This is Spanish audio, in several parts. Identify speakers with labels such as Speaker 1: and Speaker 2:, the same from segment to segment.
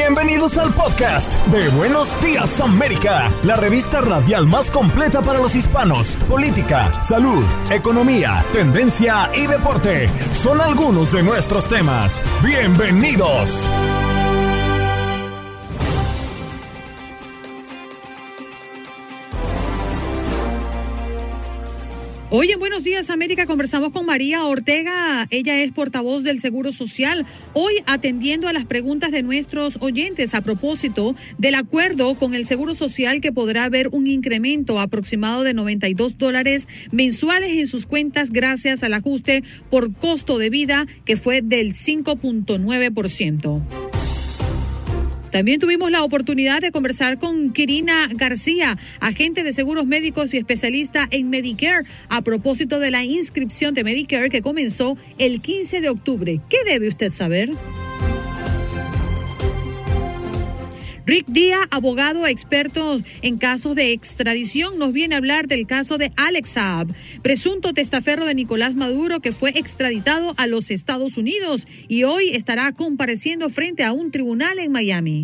Speaker 1: Bienvenidos al podcast de Buenos Días América, la revista radial más completa para los hispanos. Política, salud, economía, tendencia y deporte son algunos de nuestros temas. ¡Bienvenidos!
Speaker 2: Hoy en Buenos Días América conversamos con María Ortega, ella es portavoz del Seguro Social, hoy atendiendo a las preguntas de nuestros oyentes a propósito del acuerdo con el Seguro Social que podrá haber un incremento aproximado de $92 mensuales en sus cuentas gracias al ajuste por costo de vida que fue del 5.9%. También tuvimos la oportunidad de conversar con Kirina García, agente de seguros médicos y especialista en Medicare, a propósito de la inscripción de Medicare que comenzó el 15 de octubre. ¿Qué debe usted saber? Rick Díaz, abogado experto en casos de extradición, nos viene a hablar del caso de Alex Saab, presunto testaferro de Nicolás Maduro que fue extraditado a los Estados Unidos y hoy estará compareciendo frente a un tribunal en Miami.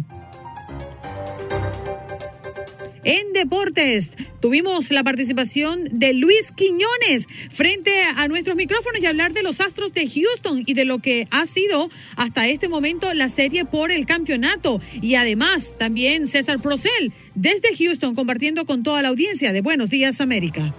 Speaker 2: En deportes, tuvimos la participación de Luis Quiñones frente a nuestros micrófonos y hablar de los Astros de Houston y de lo que ha sido hasta este momento la serie por el campeonato. Y además, también César Procel desde Houston compartiendo con toda la audiencia de Buenos Días América.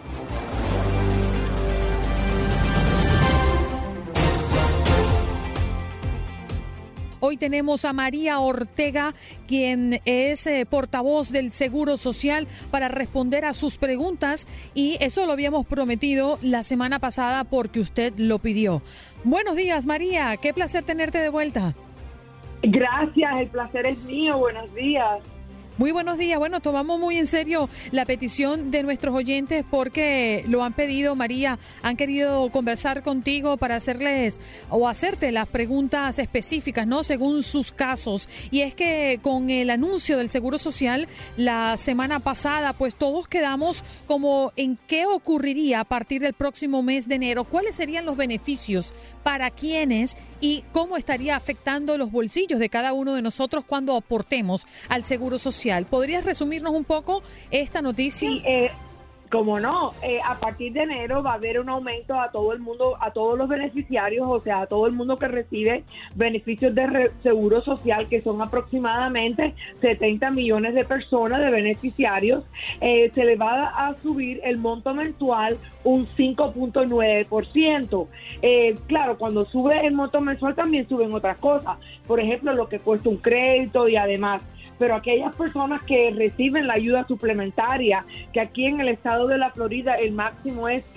Speaker 2: Hoy tenemos a María Ortega, quien es portavoz del Seguro Social, para responder a sus preguntas y eso lo habíamos prometido la semana pasada porque usted lo pidió. Buenos días, María, qué placer tenerte de vuelta.
Speaker 3: Gracias, el placer es mío, buenos días.
Speaker 2: Muy buenos días. Bueno, tomamos muy en serio la petición de nuestros oyentes porque lo han pedido, María, han querido conversar contigo para hacerles o hacerte las preguntas específicas, ¿no? Según sus casos. Y es que con el anuncio del Seguro Social la semana pasada, pues todos quedamos como en qué ocurriría a partir del próximo mes de enero, cuáles serían los beneficios para quiénes y cómo estaría afectando los bolsillos de cada uno de nosotros cuando aportemos al Seguro Social. ¿Podrías resumirnos un poco esta noticia?
Speaker 3: Sí, como no, a partir de enero va a haber un aumento a todo el mundo, a todos los beneficiarios, o sea, a todo el mundo que recibe beneficios de Seguro Social, que son aproximadamente 70 millones de personas de beneficiarios. Se le va a subir el monto mensual un 5.9%. Claro, cuando sube el monto mensual también suben otras cosas, por ejemplo, lo que cuesta un crédito y además. Pero aquellas personas que reciben la ayuda suplementaria, que aquí en el estado de la Florida el máximo es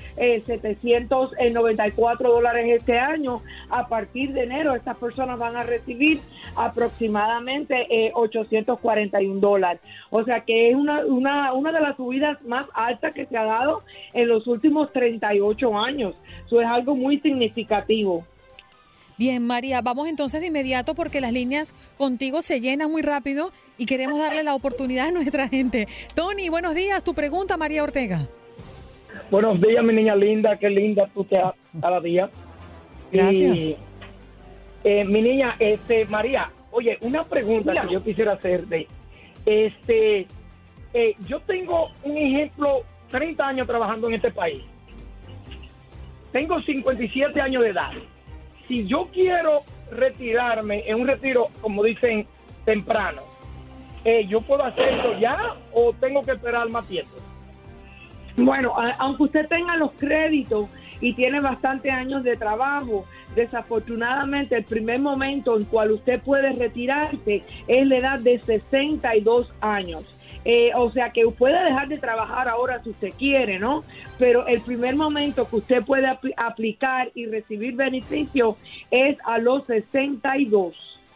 Speaker 3: $794 este año, a partir de enero estas personas van a recibir aproximadamente $841. O sea que es una de las subidas más altas que se ha dado en los últimos 38 años. Eso es algo muy significativo.
Speaker 2: Bien, María, vamos entonces de inmediato porque las líneas contigo se llenan muy rápido y queremos darle la oportunidad a nuestra gente. Tony, buenos días. Tu pregunta, María Ortega.
Speaker 4: Buenos días, mi niña linda. Qué linda tú te has cada día.
Speaker 2: Gracias.
Speaker 4: Y, mi niña, María, oye, una pregunta que yo quisiera hacerte. Yo tengo un ejemplo, 30 años trabajando en este país. Tengo 57 años de edad. Si yo quiero retirarme en un retiro, como dicen, temprano, ¿yo puedo hacerlo ya o tengo que esperar más tiempo?
Speaker 3: Bueno, aunque usted tenga los créditos y tiene bastantes años de trabajo, desafortunadamente el primer momento en cual usted puede retirarse es la edad de 62 años. O sea que puede dejar de trabajar ahora si usted quiere, ¿no? Pero el primer momento que usted puede aplicar y recibir beneficio es a los 62.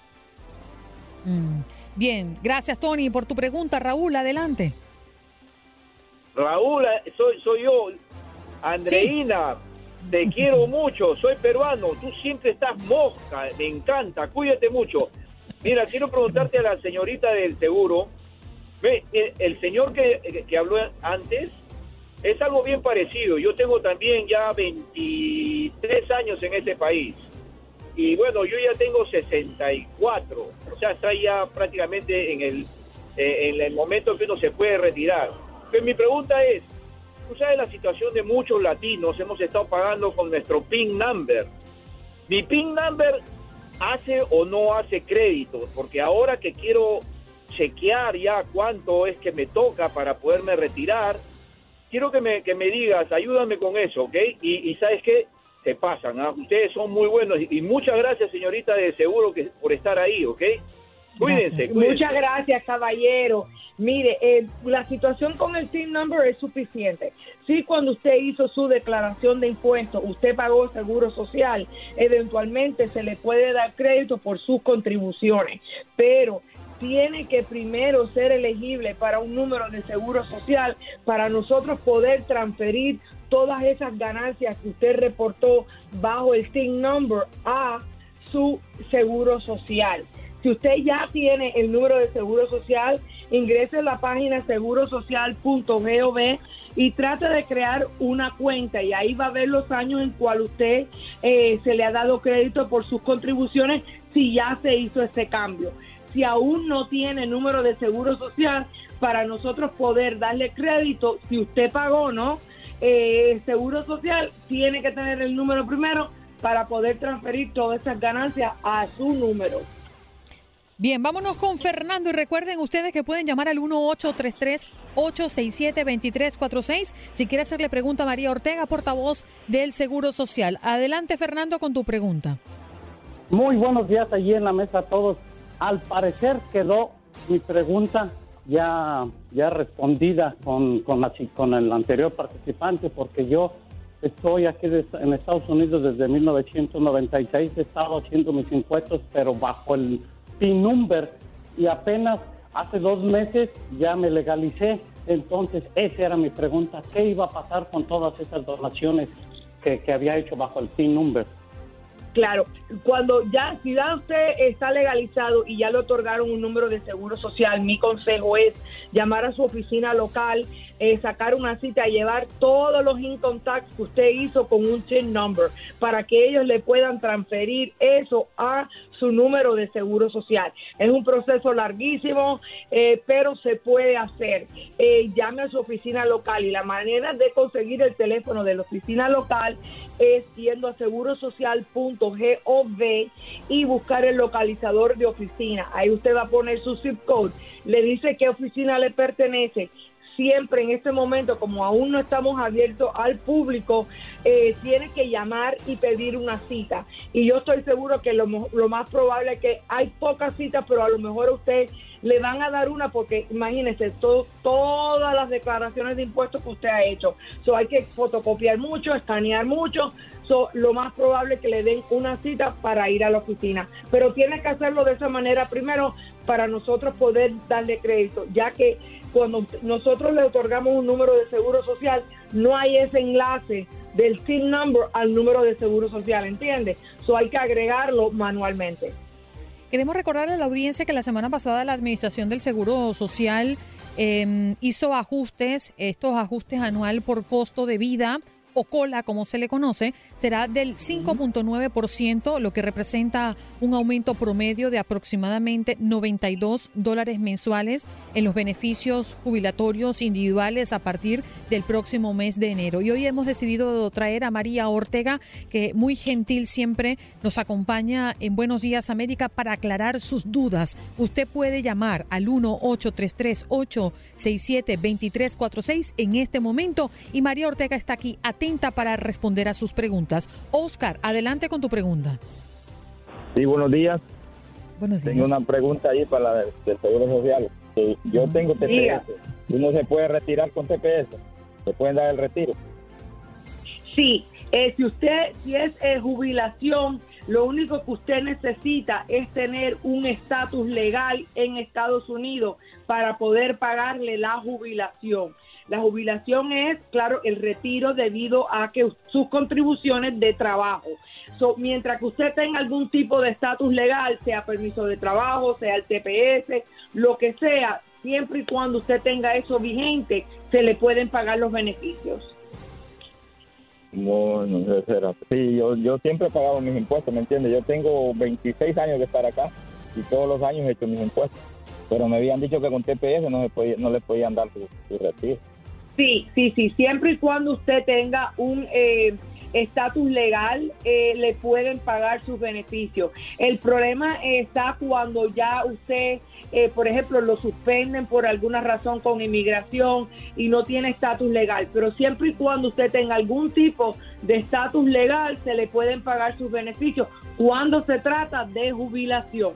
Speaker 2: Bien, gracias Tony por tu pregunta. Raúl, adelante.
Speaker 5: Raúl, soy yo, Andreina, sí. Te quiero mucho, soy peruano, tú siempre estás mosca, me encanta, cuídate mucho. Mira, quiero preguntarte a la señorita del seguro. El señor que habló antes es algo bien parecido. Yo tengo también ya 23 años en este país. y bueno, yo ya tengo 64, o sea, está ya prácticamente en el momento que uno se puede retirar. Pero mi pregunta es, tú sabes la situación de muchos latinos, hemos estado pagando con nuestro PIN number. Mi PIN number hace o no hace crédito, porque ahora que quiero chequear ya cuánto es que me toca para poderme retirar, quiero que me digas, ayúdame con eso, ¿ok? Y ¿sabes qué? Se pasan, ¿ah? Ustedes son muy buenos y muchas gracias, señorita de seguro, que por estar ahí, ¿ok? Cuídense.
Speaker 3: Muchas gracias, caballero. Mire, la situación con el TIN number es suficiente. Sí, cuando usted hizo su declaración de impuestos, usted pagó seguro social, eventualmente se le puede dar crédito por sus contribuciones, pero tiene que primero ser elegible para un número de seguro social para nosotros poder transferir todas esas ganancias que usted reportó bajo el TIN number a su seguro social. Si usted ya tiene el número de seguro social, ingrese a la página segurosocial.gov y trate de crear una cuenta y ahí va a ver los años en cual usted se le ha dado crédito por sus contribuciones si ya se hizo este cambio. Si aún no tiene número de seguro social, para nosotros poder darle crédito, si usted pagó, ¿no? Seguro social tiene que tener el número primero para poder transferir todas esas ganancias a su número.
Speaker 2: Bien, vámonos con Fernando y recuerden ustedes que pueden llamar al 1-833-867-2346 si quiere hacerle pregunta a María Ortega, portavoz del Seguro Social. Adelante, Fernando, con tu pregunta.
Speaker 6: Muy buenos días allí en la mesa a todos. Al parecer quedó mi pregunta ya respondida con el anterior participante, porque yo estoy aquí en Estados Unidos desde 1996, he estado haciendo mis impuestos, pero bajo el PIN number, y apenas hace 2 meses ya me legalicé. Entonces esa era mi pregunta, ¿qué iba a pasar con todas esas donaciones que había hecho bajo el PIN number?
Speaker 3: Claro, si ya usted está legalizado y ya le otorgaron un número de seguro social, mi consejo es llamar a su oficina local, sacar una cita y llevar todos los income tax que usted hizo con un TIN number para que ellos le puedan transferir eso a su número de seguro social. Es un proceso larguísimo, pero se puede hacer. Llame a su oficina local y la manera de conseguir el teléfono de la oficina local es yendo a segurosocial.gov y buscar el localizador de oficina. Ahí usted va a poner su zip code, le dice qué oficina le pertenece. Siempre en este momento, como aún no estamos abiertos al público, tiene que llamar y pedir una cita. Y yo estoy seguro que lo más probable es que hay pocas citas, pero a lo mejor a usted le van a dar una, porque imagínese todas las declaraciones de impuestos que usted ha hecho. Hay que fotocopiar mucho, escanear mucho. Lo más probable es que le den una cita para ir a la oficina. Pero tiene que hacerlo de esa manera primero para nosotros poder darle crédito, ya que cuando nosotros le otorgamos un número de seguro social, no hay ese enlace del TIN number al número de seguro social, ¿entiende? Hay que agregarlo manualmente.
Speaker 2: Queremos recordarle a la audiencia que la semana pasada la Administración del Seguro Social hizo estos ajustes anual por costo de vida, o COLA, como se le conoce, será del 5.9%, lo que representa un aumento promedio de aproximadamente $92 mensuales en los beneficios jubilatorios individuales a partir del próximo mes de enero. Y hoy hemos decidido traer a María Ortega, que muy gentil siempre nos acompaña en Buenos Días América para aclarar sus dudas. Usted puede llamar al 1-833-867-2346 en este momento y María Ortega está aquí atenta para responder a sus preguntas. Oscar, adelante con tu pregunta.
Speaker 7: Sí, buenos días.
Speaker 2: Buenos días.
Speaker 7: Tengo una pregunta ahí para la del Seguro Social. Yo tengo TPS. ¿Uno se puede retirar con TPS? ¿Se pueden dar el retiro?
Speaker 3: Sí, si es jubilación, lo único que usted necesita es tener un estatus legal en Estados Unidos para poder pagarle la jubilación. La jubilación es, claro, el retiro debido a que sus contribuciones de trabajo. Mientras que usted tenga algún tipo de estatus legal, sea permiso de trabajo, sea el TPS, lo que sea, siempre y cuando usted tenga eso vigente, se le pueden pagar los beneficios.
Speaker 7: Bueno, sí, yo siempre he pagado mis impuestos, ¿me entiendes? Yo tengo 26 años de estar acá y todos los años he hecho mis impuestos. Pero me habían dicho que con TPS no le podían dar su retiro.
Speaker 3: Sí, siempre y cuando usted tenga un estatus legal, le pueden pagar sus beneficios. El problema está cuando ya usted, por ejemplo, lo suspenden por alguna razón con inmigración y no tiene estatus legal. Pero siempre y cuando usted tenga algún tipo de estatus legal, se le pueden pagar sus beneficios cuando se trata de jubilación.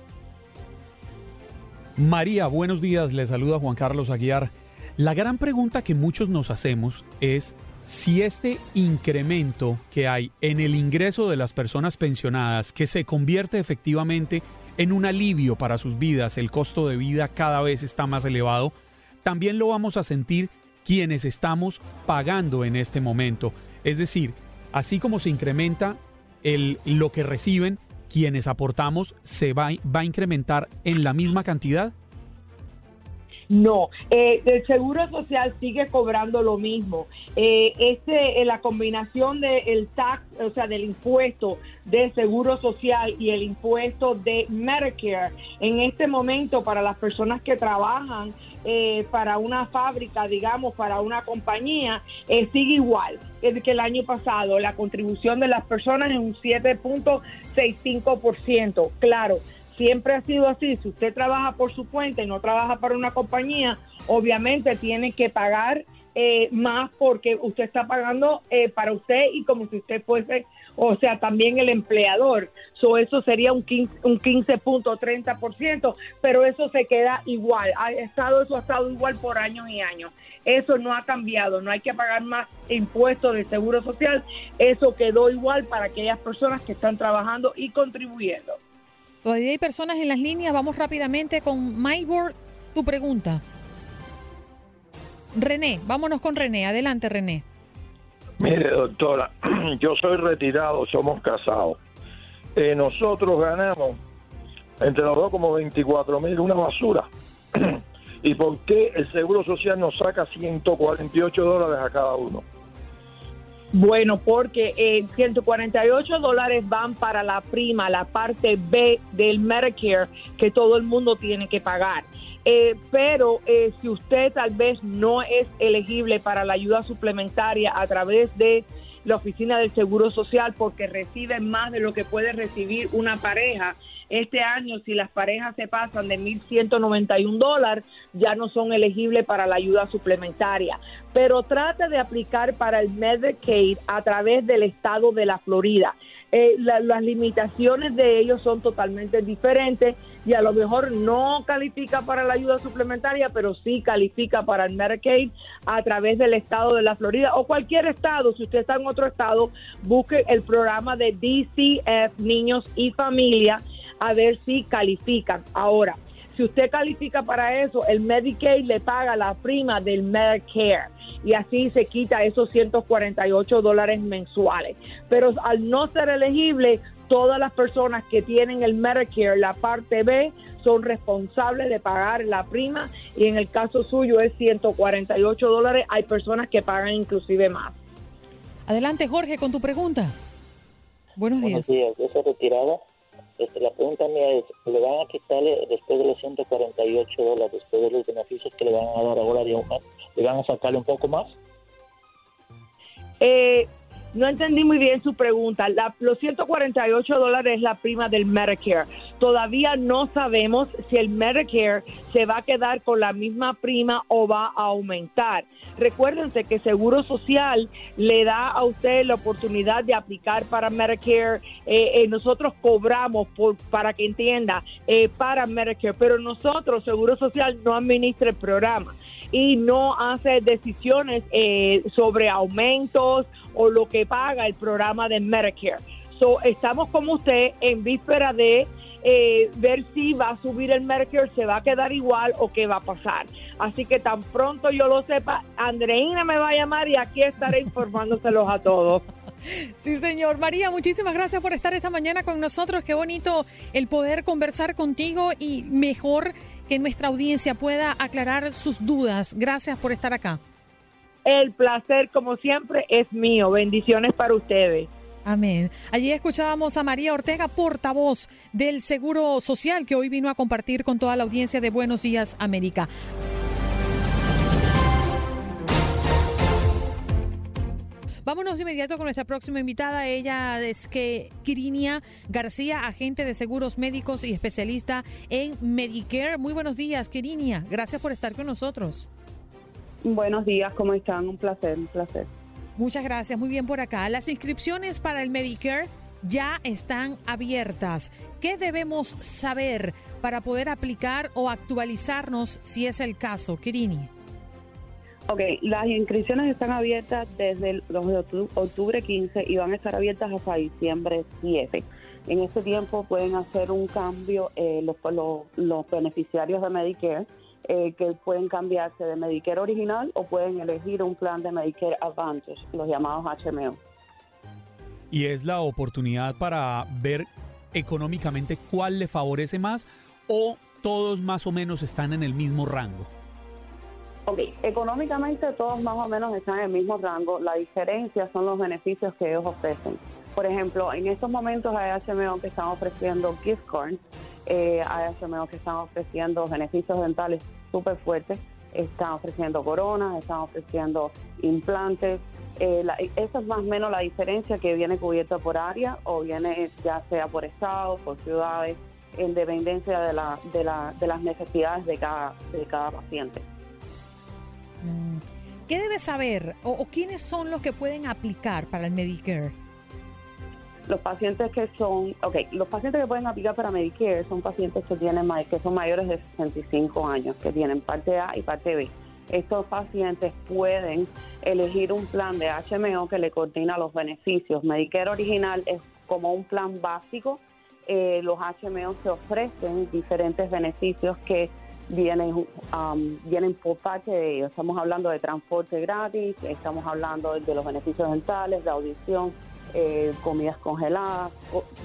Speaker 8: María, buenos días. Le saluda Juan Carlos Aguiar. La gran pregunta que muchos nos hacemos es si este incremento que hay en el ingreso de las personas pensionadas, que se convierte efectivamente en un alivio para sus vidas, el costo de vida cada vez está más elevado, también lo vamos a sentir quienes estamos pagando en este momento. Es decir, así como se incrementa lo que reciben, quienes aportamos, ¿se va a incrementar en la misma cantidad?
Speaker 3: No, el Seguro Social sigue cobrando lo mismo. La combinación del tax, o sea, del impuesto de Seguro Social y el impuesto de Medicare, en este momento para las personas que trabajan para una fábrica, digamos, para una compañía, sigue igual que el año pasado. La contribución de las personas es un 7.65%. Claro, siempre ha sido así. Si usted trabaja por su cuenta y no trabaja para una compañía, obviamente tiene que pagar más porque usted está pagando para usted y como si usted fuese, o sea, también el empleador. Eso sería un 15.30%, pero eso se queda igual. Eso ha estado igual por años y años. Eso no ha cambiado. No hay que pagar más impuestos de Seguro Social. Eso quedó igual para aquellas personas que están trabajando y contribuyendo.
Speaker 2: Todavía hay personas en las líneas. Vamos rápidamente con Maybor, tu pregunta. René, vámonos con René. Adelante, René.
Speaker 9: Mire, doctora, yo soy retirado, somos casados. Nosotros ganamos entre los dos como 24,000, una basura. ¿Y por qué el Seguro Social nos saca $148 a cada uno?
Speaker 3: Bueno, porque $148 van para la prima, la parte B del Medicare que todo el mundo tiene que pagar. Pero si usted tal vez no es elegible para la ayuda suplementaria a través de la oficina del Seguro Social porque recibe más de lo que puede recibir una pareja, este año si las parejas se pasan de $1,191 ya no son elegibles para la ayuda suplementaria. Pero trate de aplicar para el Medicaid a través del estado de la Florida. Las limitaciones de ellos son totalmente diferentes y a lo mejor no califica para la ayuda suplementaria, pero sí califica para el Medicaid a través del estado de la Florida o cualquier estado. Si usted está en otro estado, busque el programa de DCF, Niños y Familia, a ver si califican. Ahora, si usted califica para eso, el Medicaid le paga la prima del Medicare y así se quita esos $148 mensuales. Pero al no ser elegible, todas las personas que tienen el Medicare, la parte B, son responsables de pagar la prima y en el caso suyo es $148. Hay personas que pagan inclusive más.
Speaker 2: Adelante, Jorge, con tu pregunta. Buenos días.
Speaker 10: Buenos días, yo soy retirada. La pregunta mía es, ¿le van a quitarle después de los $148, después de los beneficios que le van a dar ahora de un mes, le van a sacarle un poco más?
Speaker 3: No entendí muy bien su pregunta. Los $148 es la prima del Medicare. Todavía no sabemos si el Medicare se va a quedar con la misma prima o va a aumentar. Recuérdense que Seguro Social le da a usted la oportunidad de aplicar para Medicare. Nosotros cobramos, para que entienda, para Medicare, pero nosotros, Seguro Social, no administra el programa y no hace decisiones sobre aumentos o lo que paga el programa de Medicare. Estamos como usted en víspera de ver si va a subir el Medicare, se va a quedar igual o qué va a pasar. Así que tan pronto yo lo sepa, Andreina me va a llamar y aquí estaré informándoselos a todos.
Speaker 2: Sí, señor. María, muchísimas gracias por estar esta mañana con nosotros. Qué bonito el poder conversar contigo y mejor que nuestra audiencia pueda aclarar sus dudas. Gracias por estar acá.
Speaker 3: El placer, como siempre, es mío. Bendiciones para ustedes.
Speaker 2: Amén. Allí escuchábamos a María Ortega, portavoz del Seguro Social, que hoy vino a compartir con toda la audiencia de Buenos Días América. Vámonos de inmediato con nuestra próxima invitada. Ella es Quirinia García, agente de seguros médicos y especialista en Medicare. Muy buenos días, Quirinia. Gracias por estar con nosotros.
Speaker 11: Buenos días, ¿cómo están? Un placer, un placer.
Speaker 2: Muchas gracias, muy bien por acá. Las inscripciones para el Medicare ya están abiertas. ¿Qué debemos saber para poder aplicar o actualizarnos si es el caso, Quirinia?
Speaker 11: Ok, las inscripciones están abiertas desde el octubre 15 y van a estar abiertas hasta diciembre 7. En este tiempo pueden hacer un cambio los beneficiarios de Medicare, que pueden cambiarse de Medicare original o pueden elegir un plan de Medicare Advantage, los llamados HMO.
Speaker 8: Y es la oportunidad para ver económicamente cuál le favorece más, o todos más o menos están en el mismo rango.
Speaker 11: Ok, económicamente todos más o menos están en el mismo rango. La diferencia son los beneficios que ellos ofrecen. Por ejemplo, en estos momentos hay HMO que están ofreciendo gift cards, hay HMO que están ofreciendo beneficios dentales súper fuertes, están ofreciendo coronas, están ofreciendo implantes. Esa es más o menos la diferencia, que viene cubierta por área o viene ya sea por estados, por ciudades, en dependencia de las necesidades de cada paciente.
Speaker 2: ¿Qué debe saber o quiénes son los que pueden aplicar para el Medicare?
Speaker 11: Los pacientes que pueden aplicar para Medicare son pacientes que son mayores de 65 años, que tienen parte A y parte B. Estos pacientes pueden elegir un plan de HMO que le coordina los beneficios. Medicare original es como un plan básico. Los HMO se ofrecen diferentes beneficios que vienen por parte de ellos. Estamos hablando de transporte gratis, estamos hablando de los beneficios dentales, de audición, comidas congeladas.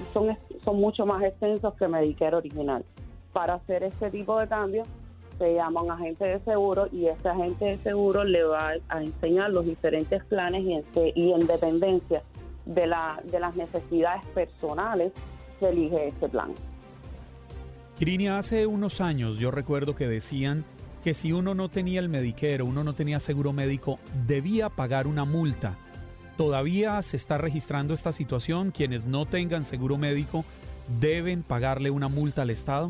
Speaker 11: Son mucho más extensos que Medicare original. Para hacer este tipo de cambios se llama un agente de seguro, y este agente de seguro le va a enseñar los diferentes planes y en dependencia de las necesidades personales se elige este plan.
Speaker 8: Quirinia, hace unos años yo recuerdo que decían que si uno no tenía el Medicare, uno no tenía seguro médico, debía pagar una multa. ¿Todavía se está registrando esta situación? ¿Quienes no tengan seguro médico deben pagarle una multa al Estado?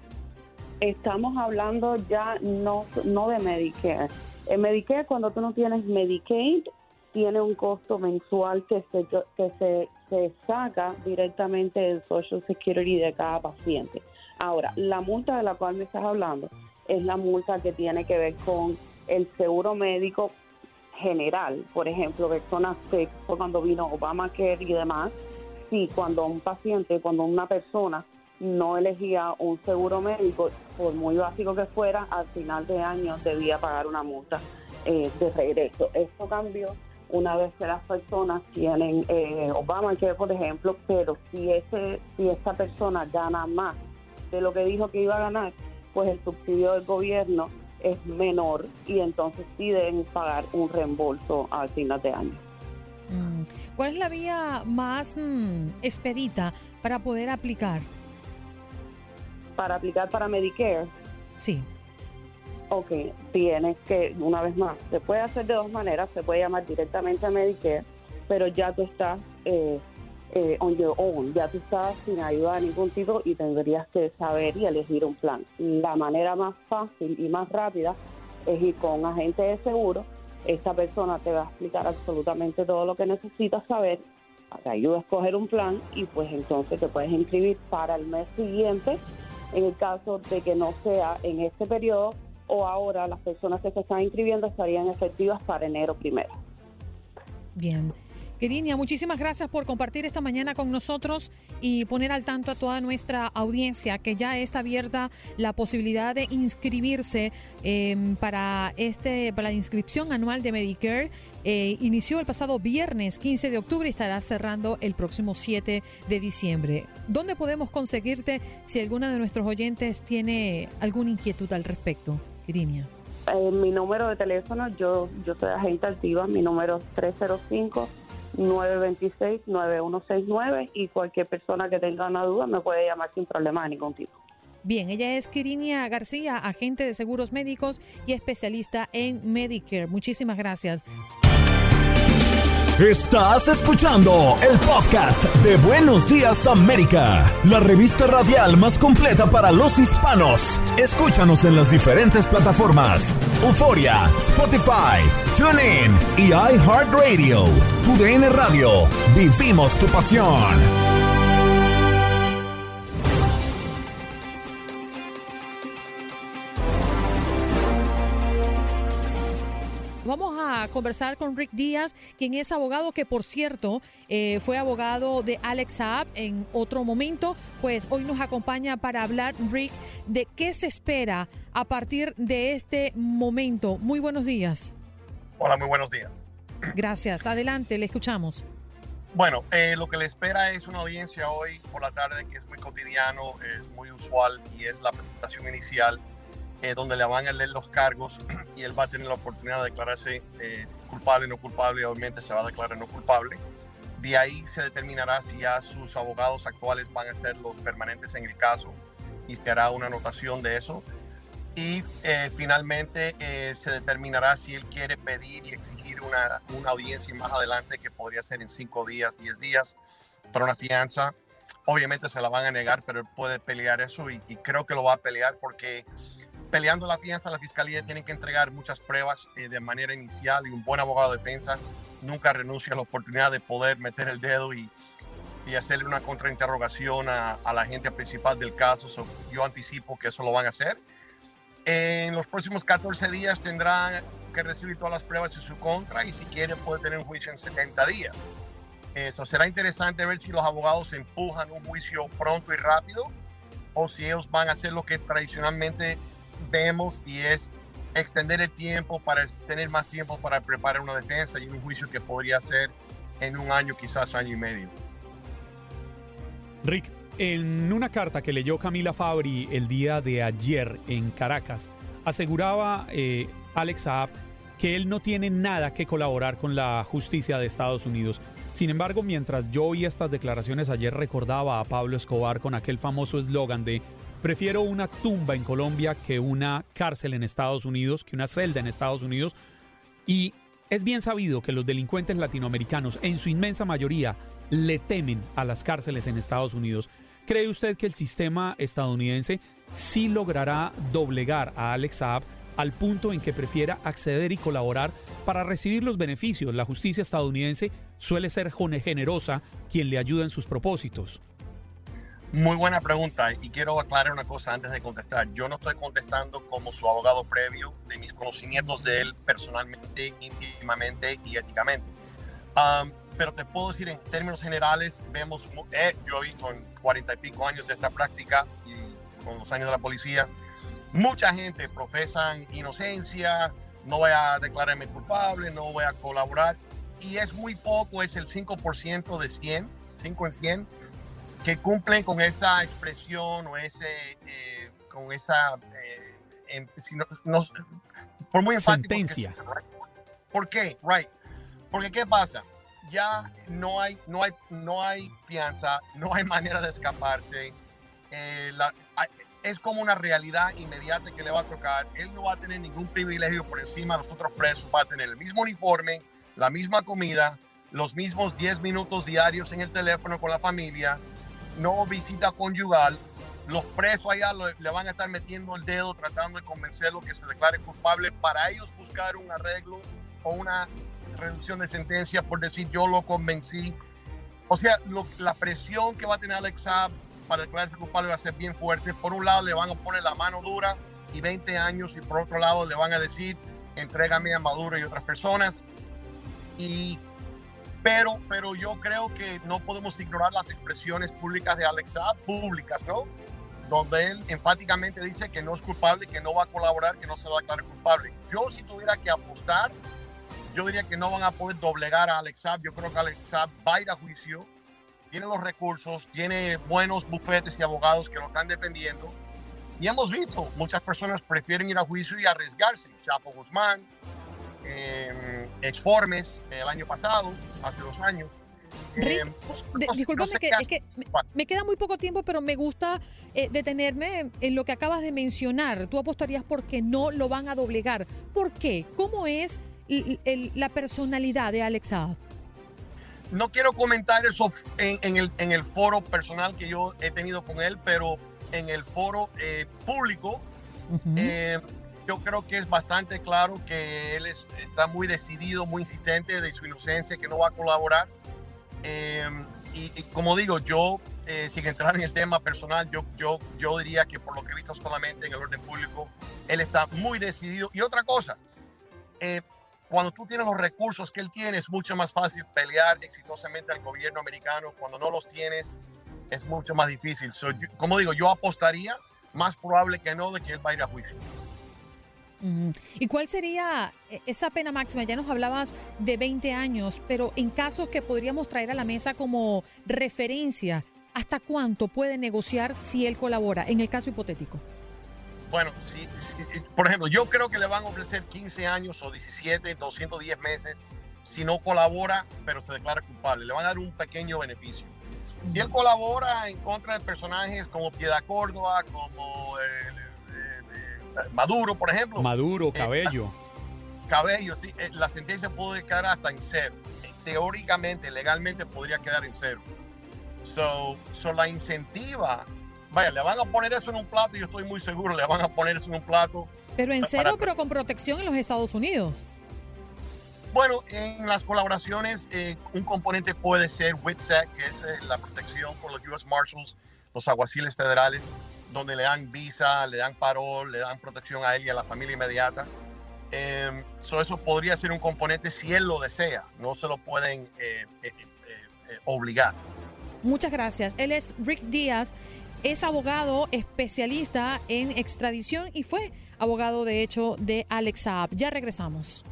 Speaker 11: Estamos hablando ya no de Medicare. En Medicare, cuando tú no tienes Medicaid, tiene un costo mensual que se saca directamente del Social Security de cada paciente. Ahora, la multa de la cual me estás hablando es la multa que tiene que ver con el seguro médico general. Por ejemplo, personas que cuando vino Obamacare y demás, sí, cuando una persona no elegía un seguro médico, por muy básico que fuera, al final de año debía pagar una multa de regreso. Esto cambió una vez que las personas tienen Obamacare, por ejemplo, pero si esta persona gana más de lo que dijo que iba a ganar, pues el subsidio del gobierno es menor y entonces sí deben pagar un reembolso al final de año.
Speaker 2: ¿Cuál es la vía más expedita para poder aplicar?
Speaker 11: Para aplicar para Medicare.
Speaker 2: Sí.
Speaker 11: Ok, tienes que, una vez más, se puede hacer de dos maneras. Se puede llamar directamente a Medicare, pero ya tú estás on your own, ya tú estás sin ayuda de ningún tipo y tendrías que saber y elegir un plan. La manera más fácil y más rápida es ir con un agente de seguro. Esta persona te va a explicar absolutamente todo lo que necesitas saber, te ayuda a escoger un plan y pues entonces te puedes inscribir para el mes siguiente, en el caso de que no sea en este periodo, o ahora las personas que se están inscribiendo estarían efectivas para enero 1.
Speaker 2: Bien. Quirinia, muchísimas gracias por compartir esta mañana con nosotros y poner al tanto a toda nuestra audiencia que ya está abierta la posibilidad de inscribirse para la inscripción anual de Medicare. Inició el pasado viernes 15 de octubre y estará cerrando el próximo 7 de diciembre. ¿Dónde podemos conseguirte si alguno de nuestros oyentes tiene alguna inquietud al respecto, Quirinia?
Speaker 11: Mi número de teléfono, yo soy agente activa, mi número es 305-926-9169 y cualquier persona que tenga una duda me puede llamar sin problema de ningún tipo.
Speaker 2: Bien, ella es Kirinia García, agente de seguros médicos y especialista en Medicare. Muchísimas gracias.
Speaker 1: Estás escuchando el podcast de Buenos Días América, la revista radial más completa para los hispanos. Escúchanos en las diferentes plataformas: Euforia, Spotify, TuneIn y iHeartRadio. TUDN Radio, vivimos tu pasión.
Speaker 2: Vamos a conversar con Rick Díaz, quien es abogado, que por cierto fue abogado de Alex Saab en otro momento. Pues hoy nos acompaña para hablar, Rick, de qué se espera a partir de este momento. Muy buenos días.
Speaker 12: Hola, muy buenos días.
Speaker 2: Gracias. Adelante, le escuchamos.
Speaker 12: Bueno, lo que le espera es una audiencia hoy por la tarde que es muy cotidiano, es muy usual, y es la presentación inicial donde le van a leer los cargos y él va a tener la oportunidad de declararse culpable o no culpable, y obviamente se va a declarar no culpable. De ahí se determinará si ya sus abogados actuales van a ser los permanentes en el caso y se hará una anotación de eso. Y finalmente se determinará si él quiere pedir y exigir una audiencia más adelante, que podría ser en 5 días, 10 días, para una fianza. Obviamente se la van a negar, pero él puede pelear eso y creo que lo va a pelear, porque peleando la fianza, la fiscalía tiene que entregar muchas pruebas de manera inicial, y un buen abogado de defensa nunca renuncia a la oportunidad de poder meter el dedo y hacerle una contrainterrogación a la agente principal del caso. Yo anticipo que eso lo van a hacer. En los próximos 14 días tendrá que recibir todas las pruebas en su contra, y si quiere puede tener un juicio en 70 días. Eso será interesante ver si los abogados empujan un juicio pronto y rápido, o si ellos van a hacer lo que tradicionalmente vemos, y es extender el tiempo para tener más tiempo para preparar una defensa y un juicio que podría ser en 1 año, quizás año y medio.
Speaker 8: Rick, en una carta que leyó Camila Fabri el día de ayer en Caracas, aseguraba Alex Saab que él no tiene nada que colaborar con la justicia de Estados Unidos. Sin embargo, mientras yo oía estas declaraciones ayer, recordaba a Pablo Escobar con aquel famoso eslogan de "prefiero una tumba en Colombia que una cárcel en Estados Unidos, que una celda en Estados Unidos". Y es bien sabido que los delincuentes latinoamericanos, en su inmensa mayoría, le temen a las cárceles en Estados Unidos. ¿Cree usted que el sistema estadounidense sí logrará doblegar a Alex Saab al punto en que prefiera acceder y colaborar para recibir los beneficios? La justicia estadounidense suele ser generosa quien le ayuda en sus propósitos.
Speaker 12: Muy buena pregunta, y quiero aclarar una cosa antes de contestar. Yo no estoy contestando como su abogado previo de mis conocimientos de él personalmente, íntimamente y éticamente. Pero te puedo decir en términos generales, yo he visto en 40 y pico años de esta práctica y con los años de la policía, mucha gente profesa inocencia, no voy a declararme culpable, no voy a colaborar, y es muy poco, es el 5% de 100, 5 en 100, que cumplen con esa expresión o con esa, por muy enfático
Speaker 8: sentencia.
Speaker 12: Que sea, right? ¿Por qué? Right. Porque ¿qué pasa? Ya no hay fianza, no hay manera de escaparse. Es como una realidad inmediata que le va a tocar. Él no va a tener ningún privilegio por encima de los otros presos. Va a tener el mismo uniforme, la misma comida, los mismos 10 minutos diarios en el teléfono con la familia, no visita conyugal. Los presos allá le van a estar metiendo el dedo tratando de convencerlo que se declare culpable, para ellos buscar un arreglo o una reducción de sentencia por decir yo lo convencí. O sea, la presión que va a tener Alex Saab para declararse culpable va a ser bien fuerte. Por un lado le van a poner la mano dura y 20 años, y por otro lado le van a decir entrégame a Maduro y otras personas. Pero yo creo que no podemos ignorar las expresiones públicas de Alex Saab, públicas, ¿no? Donde él enfáticamente dice que no es culpable, que no va a colaborar, que no se va a declarar culpable. Yo, si tuviera que apostar, yo diría que no van a poder doblegar a Alex Saab. Yo creo que Alex Saab va a ir a juicio, tiene los recursos, tiene buenos bufetes y abogados que lo están defendiendo, Y hemos visto, muchas personas prefieren ir a juicio y arriesgarse. Chapo Guzmán, Exformes el año pasado, hace 2 años.
Speaker 2: Rick, discúlpame, es que me queda muy poco tiempo, pero me gusta detenerme en lo que acabas de mencionar. Tú apostarías porque no lo van a doblegar. ¿Por qué? ¿Cómo es la personalidad de Alex Saab?
Speaker 12: No quiero comentar eso en el foro personal que yo he tenido con él, pero en el foro público, yo creo que es bastante claro que él está muy decidido, muy insistente de su inocencia, que no va a colaborar. Y como digo, yo, sin entrar en el tema personal, yo diría que por lo que he visto solamente en el orden público, él está muy decidido. Y otra cosa, cuando tú tienes los recursos que él tiene, es mucho más fácil pelear exitosamente al gobierno americano. Cuando no los tienes, es mucho más difícil. Como digo, yo apostaría, más probable que no, de que él va a ir a juicio.
Speaker 2: ¿Y cuál sería esa pena máxima? Ya nos hablabas de 20 años, pero en casos que podríamos traer a la mesa como referencia, ¿hasta cuánto puede negociar si él colabora, en el caso hipotético?
Speaker 12: Bueno, sí, por ejemplo, yo creo que le van a ofrecer 15 años o 17, 210 meses si no colabora, pero se declara culpable. Le van a dar un pequeño beneficio. Si él colabora en contra de personajes como Piedad Córdoba, como Maduro, por ejemplo.
Speaker 8: Maduro, Cabello.
Speaker 12: Cabello, sí. La sentencia puede quedar hasta en 0. Teóricamente, legalmente podría quedar en 0. So la incentiva, vaya, le van a poner eso en un plato, y yo estoy muy seguro, le van a poner eso en un plato.
Speaker 2: Pero en 0, pero con protección en los Estados Unidos.
Speaker 12: Bueno, en las colaboraciones, un componente puede ser WITSEC, que es la protección por los U.S. Marshals, los alguaciles federales, donde le dan visa, le dan parol, le dan protección a él y a la familia inmediata. Eso podría ser un componente si él lo desea. No se lo pueden obligar.
Speaker 2: Muchas gracias. Él es Rick Díaz, es abogado especialista en extradición y fue abogado, de hecho, de Alex Saab. Ya regresamos.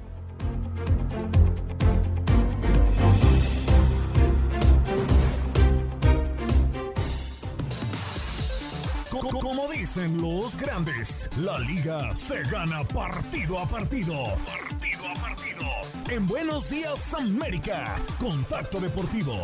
Speaker 1: Como dicen los grandes, la liga se gana partido a partido. Partido a partido. En Buenos Días América, Contacto Deportivo.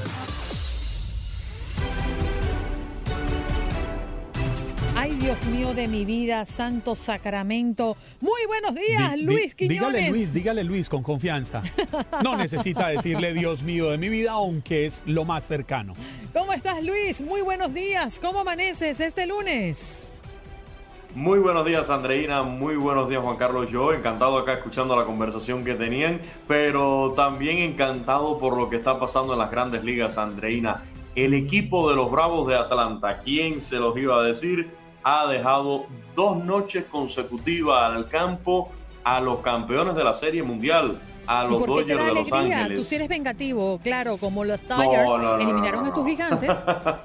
Speaker 2: Ay, Dios mío de mi vida, santo sacramento. Muy buenos días, Luis Quiñones.
Speaker 8: Dígale Luis, con confianza. No necesita decirle Dios mío de mi vida, aunque es lo más cercano.
Speaker 2: ¿Cómo estás, Luis? Muy buenos días. ¿Cómo amaneces este lunes?
Speaker 13: Muy buenos días, Andreina. Muy buenos días, Juan Carlos. Yo encantado acá escuchando la conversación que tenían, pero también encantado por lo que está pasando en las grandes ligas, Andreina. El equipo de los Bravos de Atlanta, ¿quién se los iba a decir? Ha dejado 2 noches consecutivas al campo a los campeones de la Serie Mundial, a los Dodgers de Los Ángeles.
Speaker 2: Tú sí eres vengativo, claro, como los Dodgers eliminaron a tus gigantes.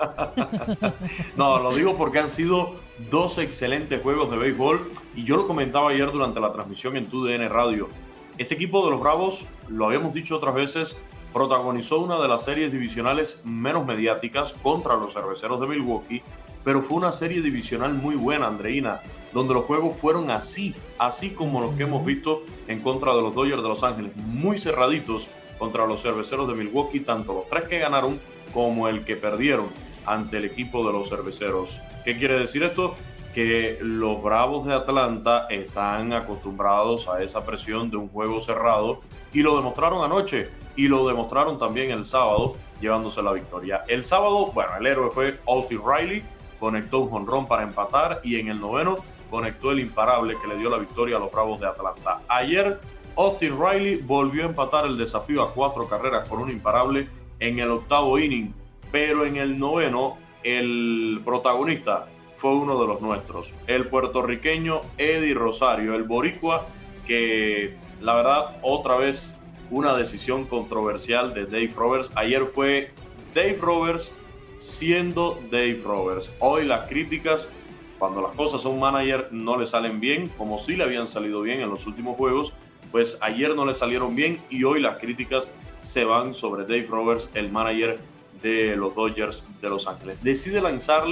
Speaker 13: No, lo digo porque han sido 2 excelentes juegos de béisbol, y yo lo comentaba ayer durante la transmisión en TUDN Radio. Este equipo de los Bravos, lo habíamos dicho otras veces, protagonizó una de las series divisionales menos mediáticas contra los Cerveceros de Milwaukee, pero fue una serie divisional muy buena, Andreina, donde los juegos fueron así como los que hemos visto en contra de los Dodgers de Los Ángeles, muy cerraditos contra los Cerveceros de Milwaukee, tanto los 3 que ganaron como el que perdieron ante el equipo de los Cerveceros. ¿Qué quiere decir esto? Que los Bravos de Atlanta están acostumbrados a esa presión de un juego cerrado, y lo demostraron anoche, y lo demostraron también el sábado, llevándose la victoria. El sábado, bueno, el héroe fue Austin Riley, conectó un jonrón para empatar, y en el 9º conectó el imparable que le dio la victoria a los Bravos de Atlanta. Ayer, Austin Riley volvió a empatar el desafío a 4 carreras con un imparable en el 8º inning, pero en el 9º el protagonista fue uno de los nuestros, el puertorriqueño Eddie Rosario, el boricua, que la verdad otra vez una decisión controversial de Dave Roberts. Ayer fue Dave Roberts siendo Dave Roberts. Hoy las críticas, cuando las cosas a un manager no le salen bien, como sí le habían salido bien en los últimos juegos, pues ayer no le salieron bien, y hoy las críticas se van sobre Dave Roberts, el manager de los Dodgers de Los Ángeles. Decide lanzarle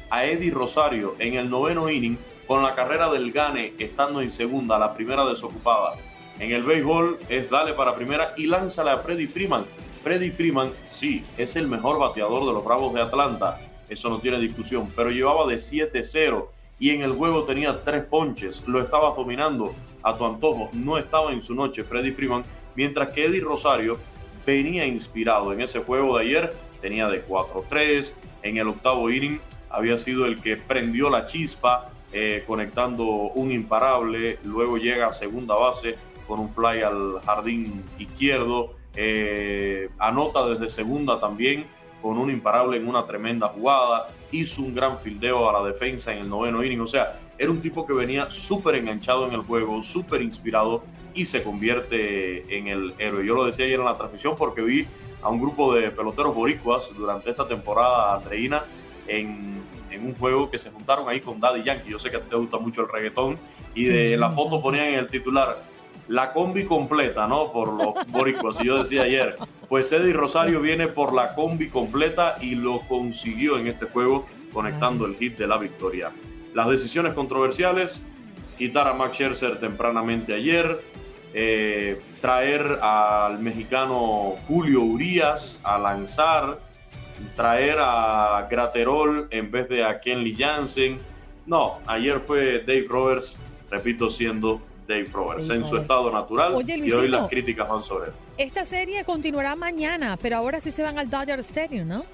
Speaker 13: a Eddie Rosario en el 9º inning con la carrera del Gane estando en segunda, la primera desocupada. En el béisbol es dale para primera y lánzale a Freddie Freeman. Freddie Freeman, sí, es el mejor bateador de los Bravos de Atlanta, eso no tiene discusión, pero llevaba de 7-0 y en el juego tenía 3 ponches, lo estaba dominando a tu antojo, no estaba en su noche Freddie Freeman, mientras que Eddie Rosario venía inspirado en ese juego de ayer, tenía de 4-3, en el 8º inning había sido el que prendió la chispa, conectando un imparable, luego llega a segunda base con un fly al jardín izquierdo, anota desde segunda también con un imparable en una tremenda jugada, hizo un gran fildeo a la defensa en el 9º inning, o sea, era un tipo que venía súper enganchado en el juego, súper inspirado y se convierte en el héroe. Yo lo decía ayer en la transmisión porque vi a un grupo de peloteros boricuas durante esta temporada, Andreina, en un juego que se juntaron ahí con Daddy Yankee. Yo sé que a ti te gusta mucho el reggaetón y de la foto ponían en el titular la combi completa, ¿no? Por los boricuas. Y yo decía ayer, pues Eddie Rosario viene por la combi completa y lo consiguió en este juego conectando el hit de la victoria. Las decisiones controversiales, quitar a Max Scherzer tempranamente ayer, traer al mexicano Julio Urías a lanzar, traer a Graterol en vez de a Kenley Jansen. No, ayer fue Dave Roberts, repito, siendo Dave Roberts en su estado natural.
Speaker 2: Oye, Luisito,
Speaker 13: y hoy las críticas van sobre él.
Speaker 2: Esta serie continuará mañana, pero ahora sí se van al Dodger Stadium, ¿no?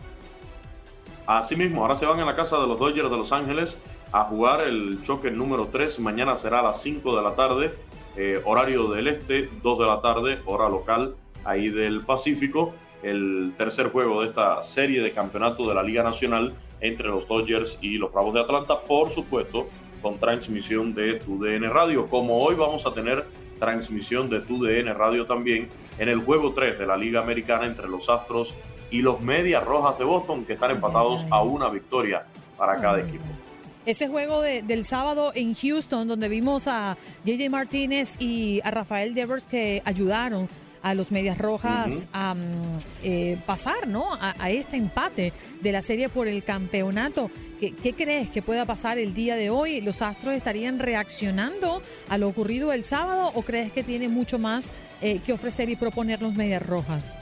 Speaker 13: Así mismo, ahora se van a la casa de los Dodgers de Los Ángeles a jugar el choque número 3. Mañana será a las 5 de la tarde, horario del este, 2 de la tarde, hora local, ahí del Pacífico. El tercer juego de esta serie de campeonato de la Liga Nacional entre los Dodgers y los Bravos de Atlanta, por supuesto, con transmisión de TUDN Radio. Como hoy vamos a tener transmisión de TUDN Radio también en el juego 3 de la Liga Americana entre los Astros y los Medias Rojas de Boston, que están empatados a una victoria para cada equipo.
Speaker 2: Ese juego del sábado en Houston, donde vimos a JJ Martínez y a Rafael Devers que ayudaron a los Medias Rojas a pasar, ¿no? A este empate de la serie por el campeonato. ¿Qué crees que pueda pasar el día de hoy? ¿Los Astros estarían reaccionando a lo ocurrido el sábado o crees que tiene mucho más que ofrecer y proponer los Medias Rojas?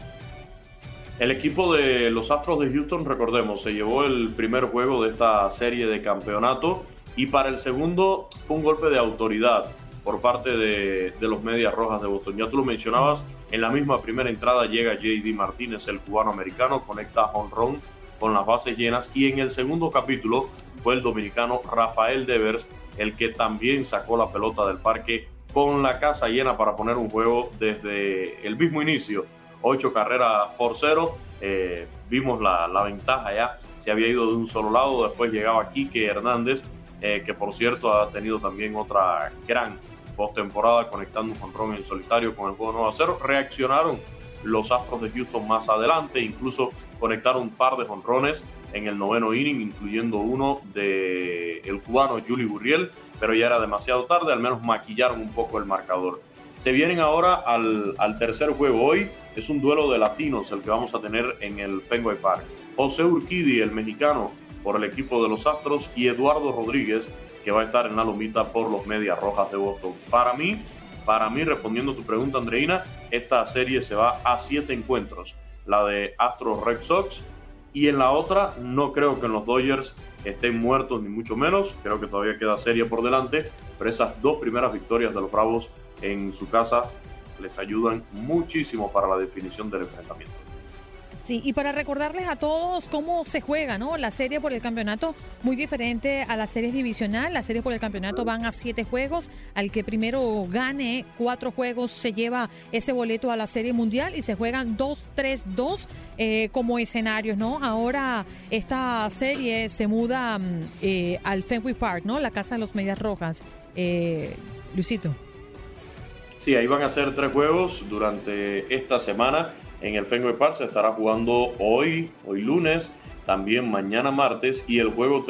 Speaker 13: El equipo de los Astros de Houston, recordemos, se llevó el primer juego de esta serie de campeonato y para el segundo fue un golpe de autoridad por parte de los Medias Rojas de Boston. Ya tú lo mencionabas, en la misma primera entrada llega JD Martínez, el cubano-americano, conecta jonrón con las bases llenas y en el segundo capítulo fue el dominicano Rafael Devers el que también sacó la pelota del parque con la casa llena para poner un juego desde el mismo inicio. 8 carreras por 0, vimos la ventaja ya, se había ido de un solo lado, después llegaba Quique Hernández, que por cierto ha tenido también otra gran postemporada conectando un jonrón en solitario con el juego 9-0. Reaccionaron los Astros de Houston más adelante, incluso conectaron un par de jonrones en el 9º inning, incluyendo uno del cubano Yuli Gurriel, pero ya era demasiado tarde, al menos maquillaron un poco el marcador. Se vienen ahora al tercer juego. Hoy es un duelo de latinos el que vamos a tener en el Fenway Park. José Urquidi, el mexicano, por el equipo de los Astros, y Eduardo Rodríguez, que va a estar en la lomita por los Medias Rojas de Boston. Para mí, respondiendo a tu pregunta, Andreina, esta serie se va a 7 encuentros. La de Astros Red Sox, y en la otra no creo que en los Dodgers estén muertos ni mucho menos. Creo que todavía queda serie por delante, pero esas 2 primeras victorias de los Bravos en su casa les ayudan muchísimo para la definición del enfrentamiento.
Speaker 2: Sí, y para recordarles a todos cómo se juega, ¿no? La serie por el campeonato, muy diferente a la serie divisional. Las series por el campeonato van a 7 juegos. Al que primero gane 4 juegos se lleva ese boleto a la serie mundial y se juegan 2-3-2 como escenarios, ¿no? Ahora esta serie se muda al Fenway Park, ¿no? La casa de los Medias Rojas. Luisito.
Speaker 13: Sí, ahí van a ser 3 juegos durante esta semana. En el Fenway Park se estará jugando hoy lunes, también mañana martes, y el juego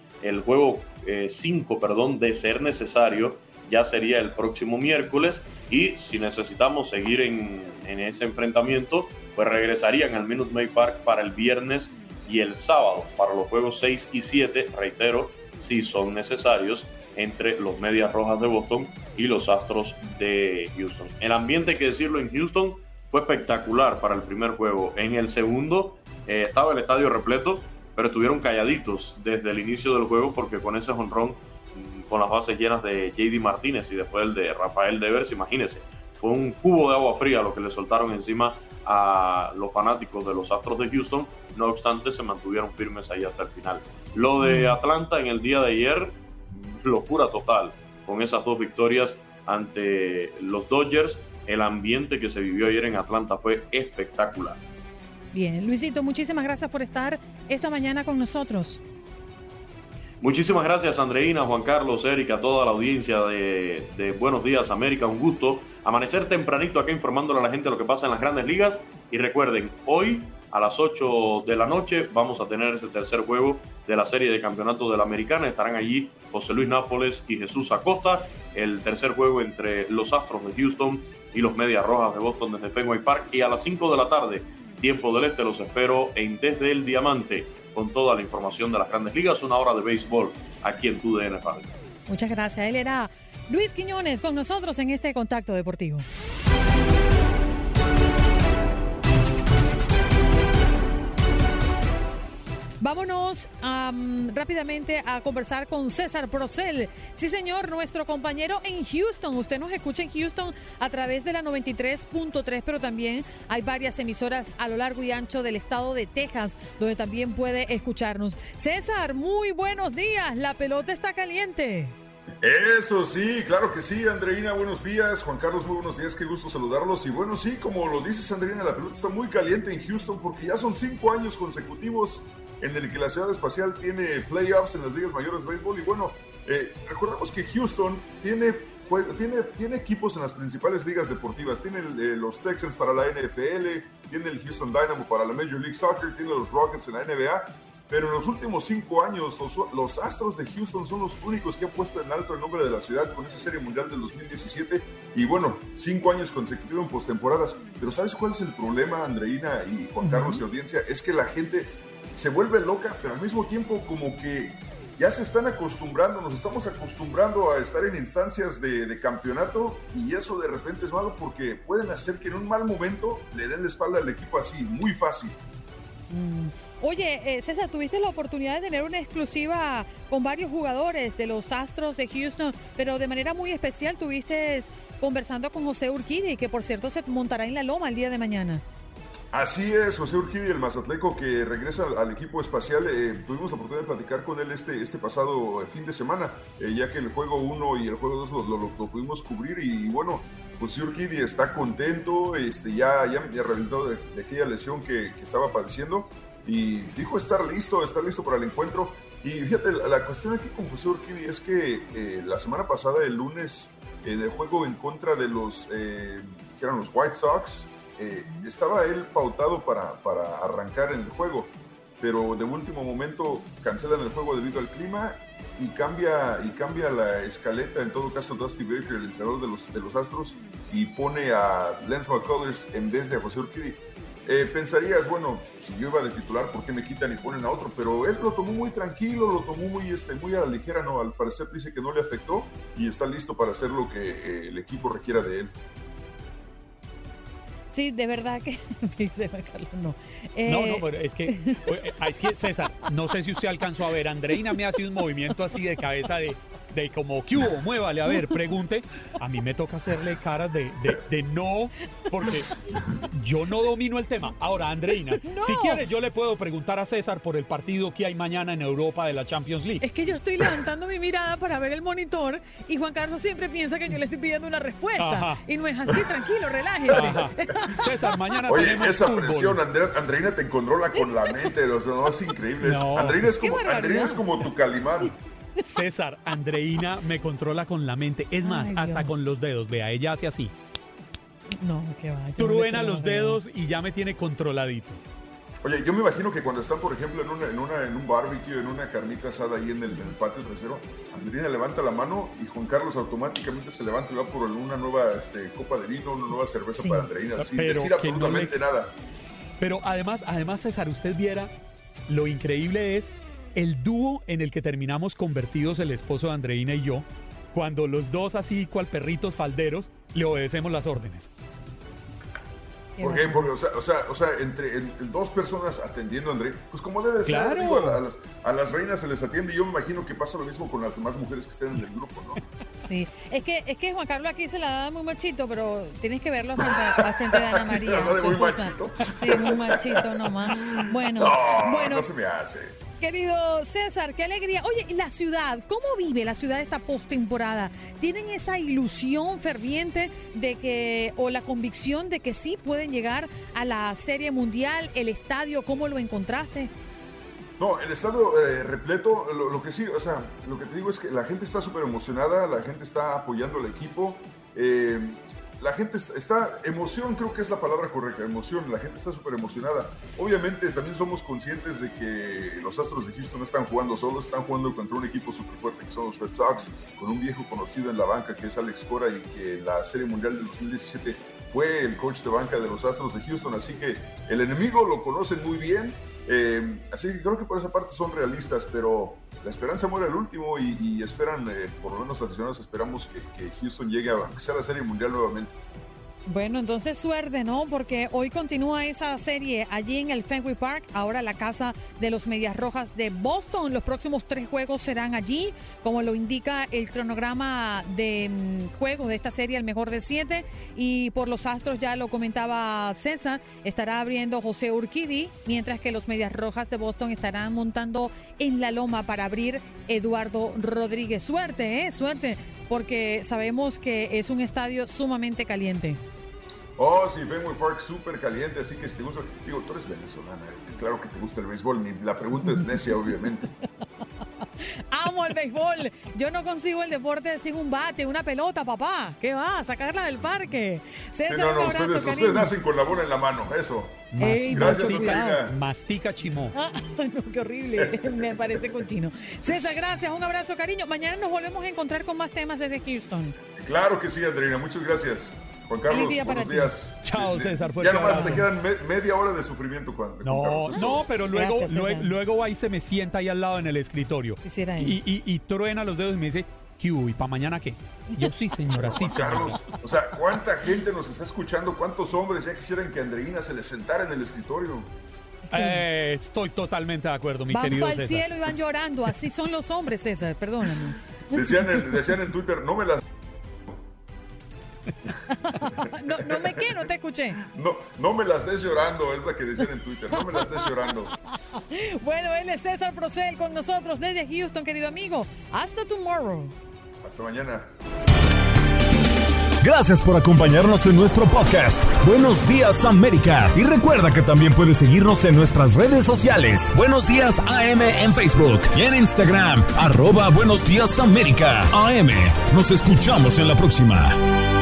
Speaker 13: 5, de ser necesario, ya sería el próximo miércoles, y si necesitamos seguir en ese enfrentamiento, pues regresarían al Minute Maid Park para el viernes y el sábado para los juegos 6 y 7, reitero, si son necesarios, entre los Medias Rojas de Boston y los Astros de Houston. El ambiente, hay que decirlo, en Houston fue espectacular para el primer juego. En el segundo estaba el estadio repleto, pero estuvieron calladitos desde el inicio del juego porque con ese jonrón, con las bases llenas de JD Martínez y después el de Rafael Devers, imagínense, fue un cubo de agua fría lo que le soltaron encima a los fanáticos de los Astros de Houston. No obstante, se mantuvieron firmes ahí hasta el final. Lo de Atlanta en el día de ayer, locura total, con esas 2 victorias ante los Dodgers. El ambiente que se vivió ayer en Atlanta fue espectacular.
Speaker 2: Bien, Luisito, muchísimas gracias por estar esta mañana con nosotros.
Speaker 13: Muchísimas gracias, Andreina, Juan Carlos, Erika, toda la audiencia de Buenos Días América. Un gusto amanecer tempranito acá informándole a la gente lo que pasa en las Grandes Ligas. Y recuerden, hoy a las 8 de la noche vamos a tener ese tercer juego de la serie de campeonato de la Americana. Estarán allí José Luis Nápoles y Jesús Acosta. El tercer juego entre los Astros de Houston y los Medias Rojas de Boston desde Fenway Park. Y a las 5 de la tarde, tiempo del este, los espero en Desde el Diamante con toda la información de las Grandes Ligas. 1 hora de béisbol aquí en TUDN Radio.
Speaker 2: Muchas gracias. Él era Luis Quiñones con nosotros en este Contacto Deportivo. Vámonos rápidamente a conversar con César Procel. Sí, señor, nuestro compañero en Houston. Usted nos escucha en Houston a través de la 93.3, pero también hay varias emisoras a lo largo y ancho del estado de Texas, donde también puede escucharnos. César, muy buenos días. La pelota está caliente.
Speaker 14: Eso sí, claro que sí, Andreina, buenos días. Juan Carlos, muy buenos días, qué gusto saludarlos. Y bueno, sí, como lo dices, Andreina, la pelota está muy caliente en Houston porque ya son 5 años consecutivos en el que la ciudad espacial tiene playoffs en las ligas mayores de béisbol. Y bueno, recordemos que Houston tiene equipos en las principales ligas deportivas. Tiene los Texans para la NFL, tiene el Houston Dynamo para la Major League Soccer, tiene los Rockets en la NBA. Pero en los últimos 5 años, los Astros de Houston son los únicos que han puesto en alto el nombre de la ciudad con esa Serie Mundial del 2017. Y bueno, 5 años consecutivos en postemporadas. Pero ¿sabes cuál es el problema, Andreina y Juan Carlos y audiencia? Es que la gente se vuelve loca, pero al mismo tiempo como que ya se están acostumbrando, nos estamos acostumbrando a estar en instancias de campeonato, y eso de repente es malo porque pueden hacer que en un mal momento le den la espalda al equipo así, muy fácil.
Speaker 2: Oye, César, tuviste la oportunidad de tener una exclusiva con varios jugadores de los Astros de Houston, pero de manera muy especial tuviste conversando con José Urquidi, que por cierto se montará en la loma el día de mañana.
Speaker 14: Así es, José Urquidi, el mazatleco que regresa al equipo espacial. Tuvimos la oportunidad de platicar con él este pasado fin de semana, ya que el juego 1 y el juego 2 lo pudimos cubrir. Y bueno, José Urquidi está contento, ya rehabilitado de aquella lesión que estaba padeciendo, y dijo estar listo para el encuentro. Y fíjate, la cuestión aquí con José Urquidi es que la semana pasada, el lunes, en el juego en contra de los que eran los White Sox, estaba él pautado para arrancar en el juego, pero de último momento cancelan el juego debido al clima y cambia la escaleta, en todo caso Dusty Baker, el entrenador de los Astros, y pone a Lance McCullers en vez de a José Urquidi. Pensarías, bueno, si yo iba de titular, ¿por qué me quitan y ponen a otro? Pero él lo tomó muy tranquilo, lo tomó muy a la ligera, ¿no? Al parecer dice que no le afectó y está listo para hacer lo que el equipo requiera de él.
Speaker 2: Sí, de verdad que dice Carlos, no.
Speaker 8: No, pero es que César, no sé si usted alcanzó a ver, Andreina me hace un movimiento así de cabeza de como, ¿qué hubo? Muévale, a ver, pregunte. A mí me toca hacerle caras de no, porque yo no domino el tema. Ahora, Andreina, si quiere yo le puedo preguntar a César por el partido que hay mañana en Europa de la Champions League.
Speaker 2: Es que yo estoy levantando mi mirada para ver el monitor y Juan Carlos siempre piensa que yo le estoy pidiendo una respuesta. Ajá. Y no es así, tranquilo, relájese. Ajá.
Speaker 8: César, mañana
Speaker 14: oye,
Speaker 8: tenemos
Speaker 14: esa
Speaker 8: fútbol.
Speaker 14: Presión, Andreina te controla con la mente, o sea, no, es increíble. No. Andreina es como tu Calimán.
Speaker 8: César, Andreina me controla con la mente. Es más, hasta con los dedos. Vea, ella hace así.
Speaker 2: No, que va.
Speaker 8: Truena los dedos y ya me tiene controladito.
Speaker 14: Oye, yo me imagino que cuando están, por ejemplo, en un barbecue, en una carnita asada ahí en el patio trasero, Andreina levanta la mano y Juan Carlos automáticamente se levanta y va por una nueva copa de vino, una nueva cerveza para Andreina, sin decir absolutamente nada.
Speaker 8: Pero además, César, usted viera lo increíble es el dúo en el que terminamos convertidos el esposo de Andreina y yo, cuando los dos, así cual perritos falderos, le obedecemos las órdenes.
Speaker 14: ¿Por qué? Porque, o sea, entre dos personas atendiendo a André, pues como debe ser,
Speaker 8: Claro.
Speaker 14: digo, a las reinas se les atiende, y yo me imagino que pasa lo mismo con las demás mujeres que estén en el grupo, ¿no?
Speaker 2: Sí, es que Juan Carlos aquí se la da muy machito, pero tienes que verlo al frente de Ana María.
Speaker 14: ¿Se la da de
Speaker 2: su
Speaker 14: muy
Speaker 2: esposa.
Speaker 14: machito?
Speaker 2: Sí, muy machito nomás. Bueno,
Speaker 14: No se me hace.
Speaker 2: querido César, qué alegría. Oye, ¿y la ciudad? ¿Cómo vive la ciudad esta postemporada? ¿Tienen esa ilusión ferviente de que, o la convicción de que sí pueden llegar a la Serie Mundial? ¿El estadio, cómo lo encontraste?
Speaker 14: No, el estadio repleto, lo que sí, o sea, lo que te digo es que la gente está súper emocionada, la gente está apoyando al equipo, la gente está, emoción creo que es la palabra correcta, emoción, la gente está súper emocionada. Obviamente también somos conscientes de que los Astros de Houston no están jugando solos, están jugando contra un equipo súper fuerte que son los Red Sox, con un viejo conocido en la banca que es Alex Cora, y que en la Serie Mundial del 2017 fue el coach de banca de los Astros de Houston, así que el enemigo lo conocen muy bien. Así que creo que por esa parte son realistas, pero la esperanza muere al último y esperan, por lo menos los aficionados esperamos que Houston llegue a la Serie Mundial nuevamente.
Speaker 2: Bueno, entonces suerte, ¿no? Porque hoy continúa esa serie allí en el Fenway Park, ahora la casa de los Medias Rojas de Boston. Los próximos 3 juegos serán allí, como lo indica el cronograma de juego de esta serie, el mejor de 7. Y por los Astros, ya lo comentaba César, estará abriendo José Urquidy, mientras que los Medias Rojas de Boston estarán montando en la loma para abrir Eduardo Rodríguez. Suerte, suerte, porque sabemos que es un estadio sumamente caliente.
Speaker 14: Oh, sí, Fenway Park súper caliente, así que si te gusta, digo, tú eres venezolana, claro que te gusta el béisbol, la pregunta es necia, obviamente.
Speaker 2: Amo el béisbol, yo no consigo el deporte sin un bate, una pelota, papá, ¿qué va? Sacarla del parque. César,
Speaker 14: Sí, no,
Speaker 2: un abrazo,
Speaker 14: ustedes nacen con la bola en la mano, eso.
Speaker 2: Ey,
Speaker 14: Gracias,
Speaker 2: mucho cuidado.
Speaker 14: Karina.
Speaker 8: Mastica chimó.
Speaker 2: No, qué horrible, me parece cochino. César, gracias, un abrazo, cariño. Mañana nos volvemos a encontrar con más temas desde Houston.
Speaker 14: Claro que sí, Andreina, muchas gracias. Juan Carlos,
Speaker 2: Feliz día
Speaker 14: buenos
Speaker 2: para ti.
Speaker 14: días.
Speaker 8: Chao, César,
Speaker 14: Ya
Speaker 8: fuerte
Speaker 14: nomás
Speaker 8: abrazo.
Speaker 14: te quedan media hora de sufrimiento, Juan.
Speaker 8: No, pero luego,
Speaker 2: Gracias, César.
Speaker 8: luego va y se me sienta ahí al lado en el escritorio.
Speaker 2: Quisiera
Speaker 8: Y truena los dedos y me dice, ¿qué hubo? ¿Y para mañana qué? Yo, sí, señora, sí,
Speaker 14: Juan
Speaker 8: señora.
Speaker 14: Carlos, o sea, ¿cuánta gente nos está escuchando? ¿Cuántos hombres ya quisieran que Andreina se les sentara en el escritorio?
Speaker 8: Estoy totalmente de acuerdo, mi
Speaker 2: Van
Speaker 8: querido
Speaker 2: para el
Speaker 8: César.
Speaker 2: cielo y van llorando, así son los hombres, César, perdóname.
Speaker 14: Decían en Twitter, no me las...
Speaker 2: No me quedo, no te escuché.
Speaker 14: No me las des llorando, es la que decían en Twitter, no me las des llorando.
Speaker 2: Bueno, él es César Procel con nosotros desde Houston, querido amigo. Hasta tomorrow.
Speaker 14: Hasta mañana.
Speaker 1: Gracias por acompañarnos en nuestro podcast. Buenos Días América. Y recuerda que también puedes seguirnos en nuestras redes sociales. Buenos Días AM en Facebook y en Instagram. @Buenos Días América AM. Nos escuchamos en la próxima.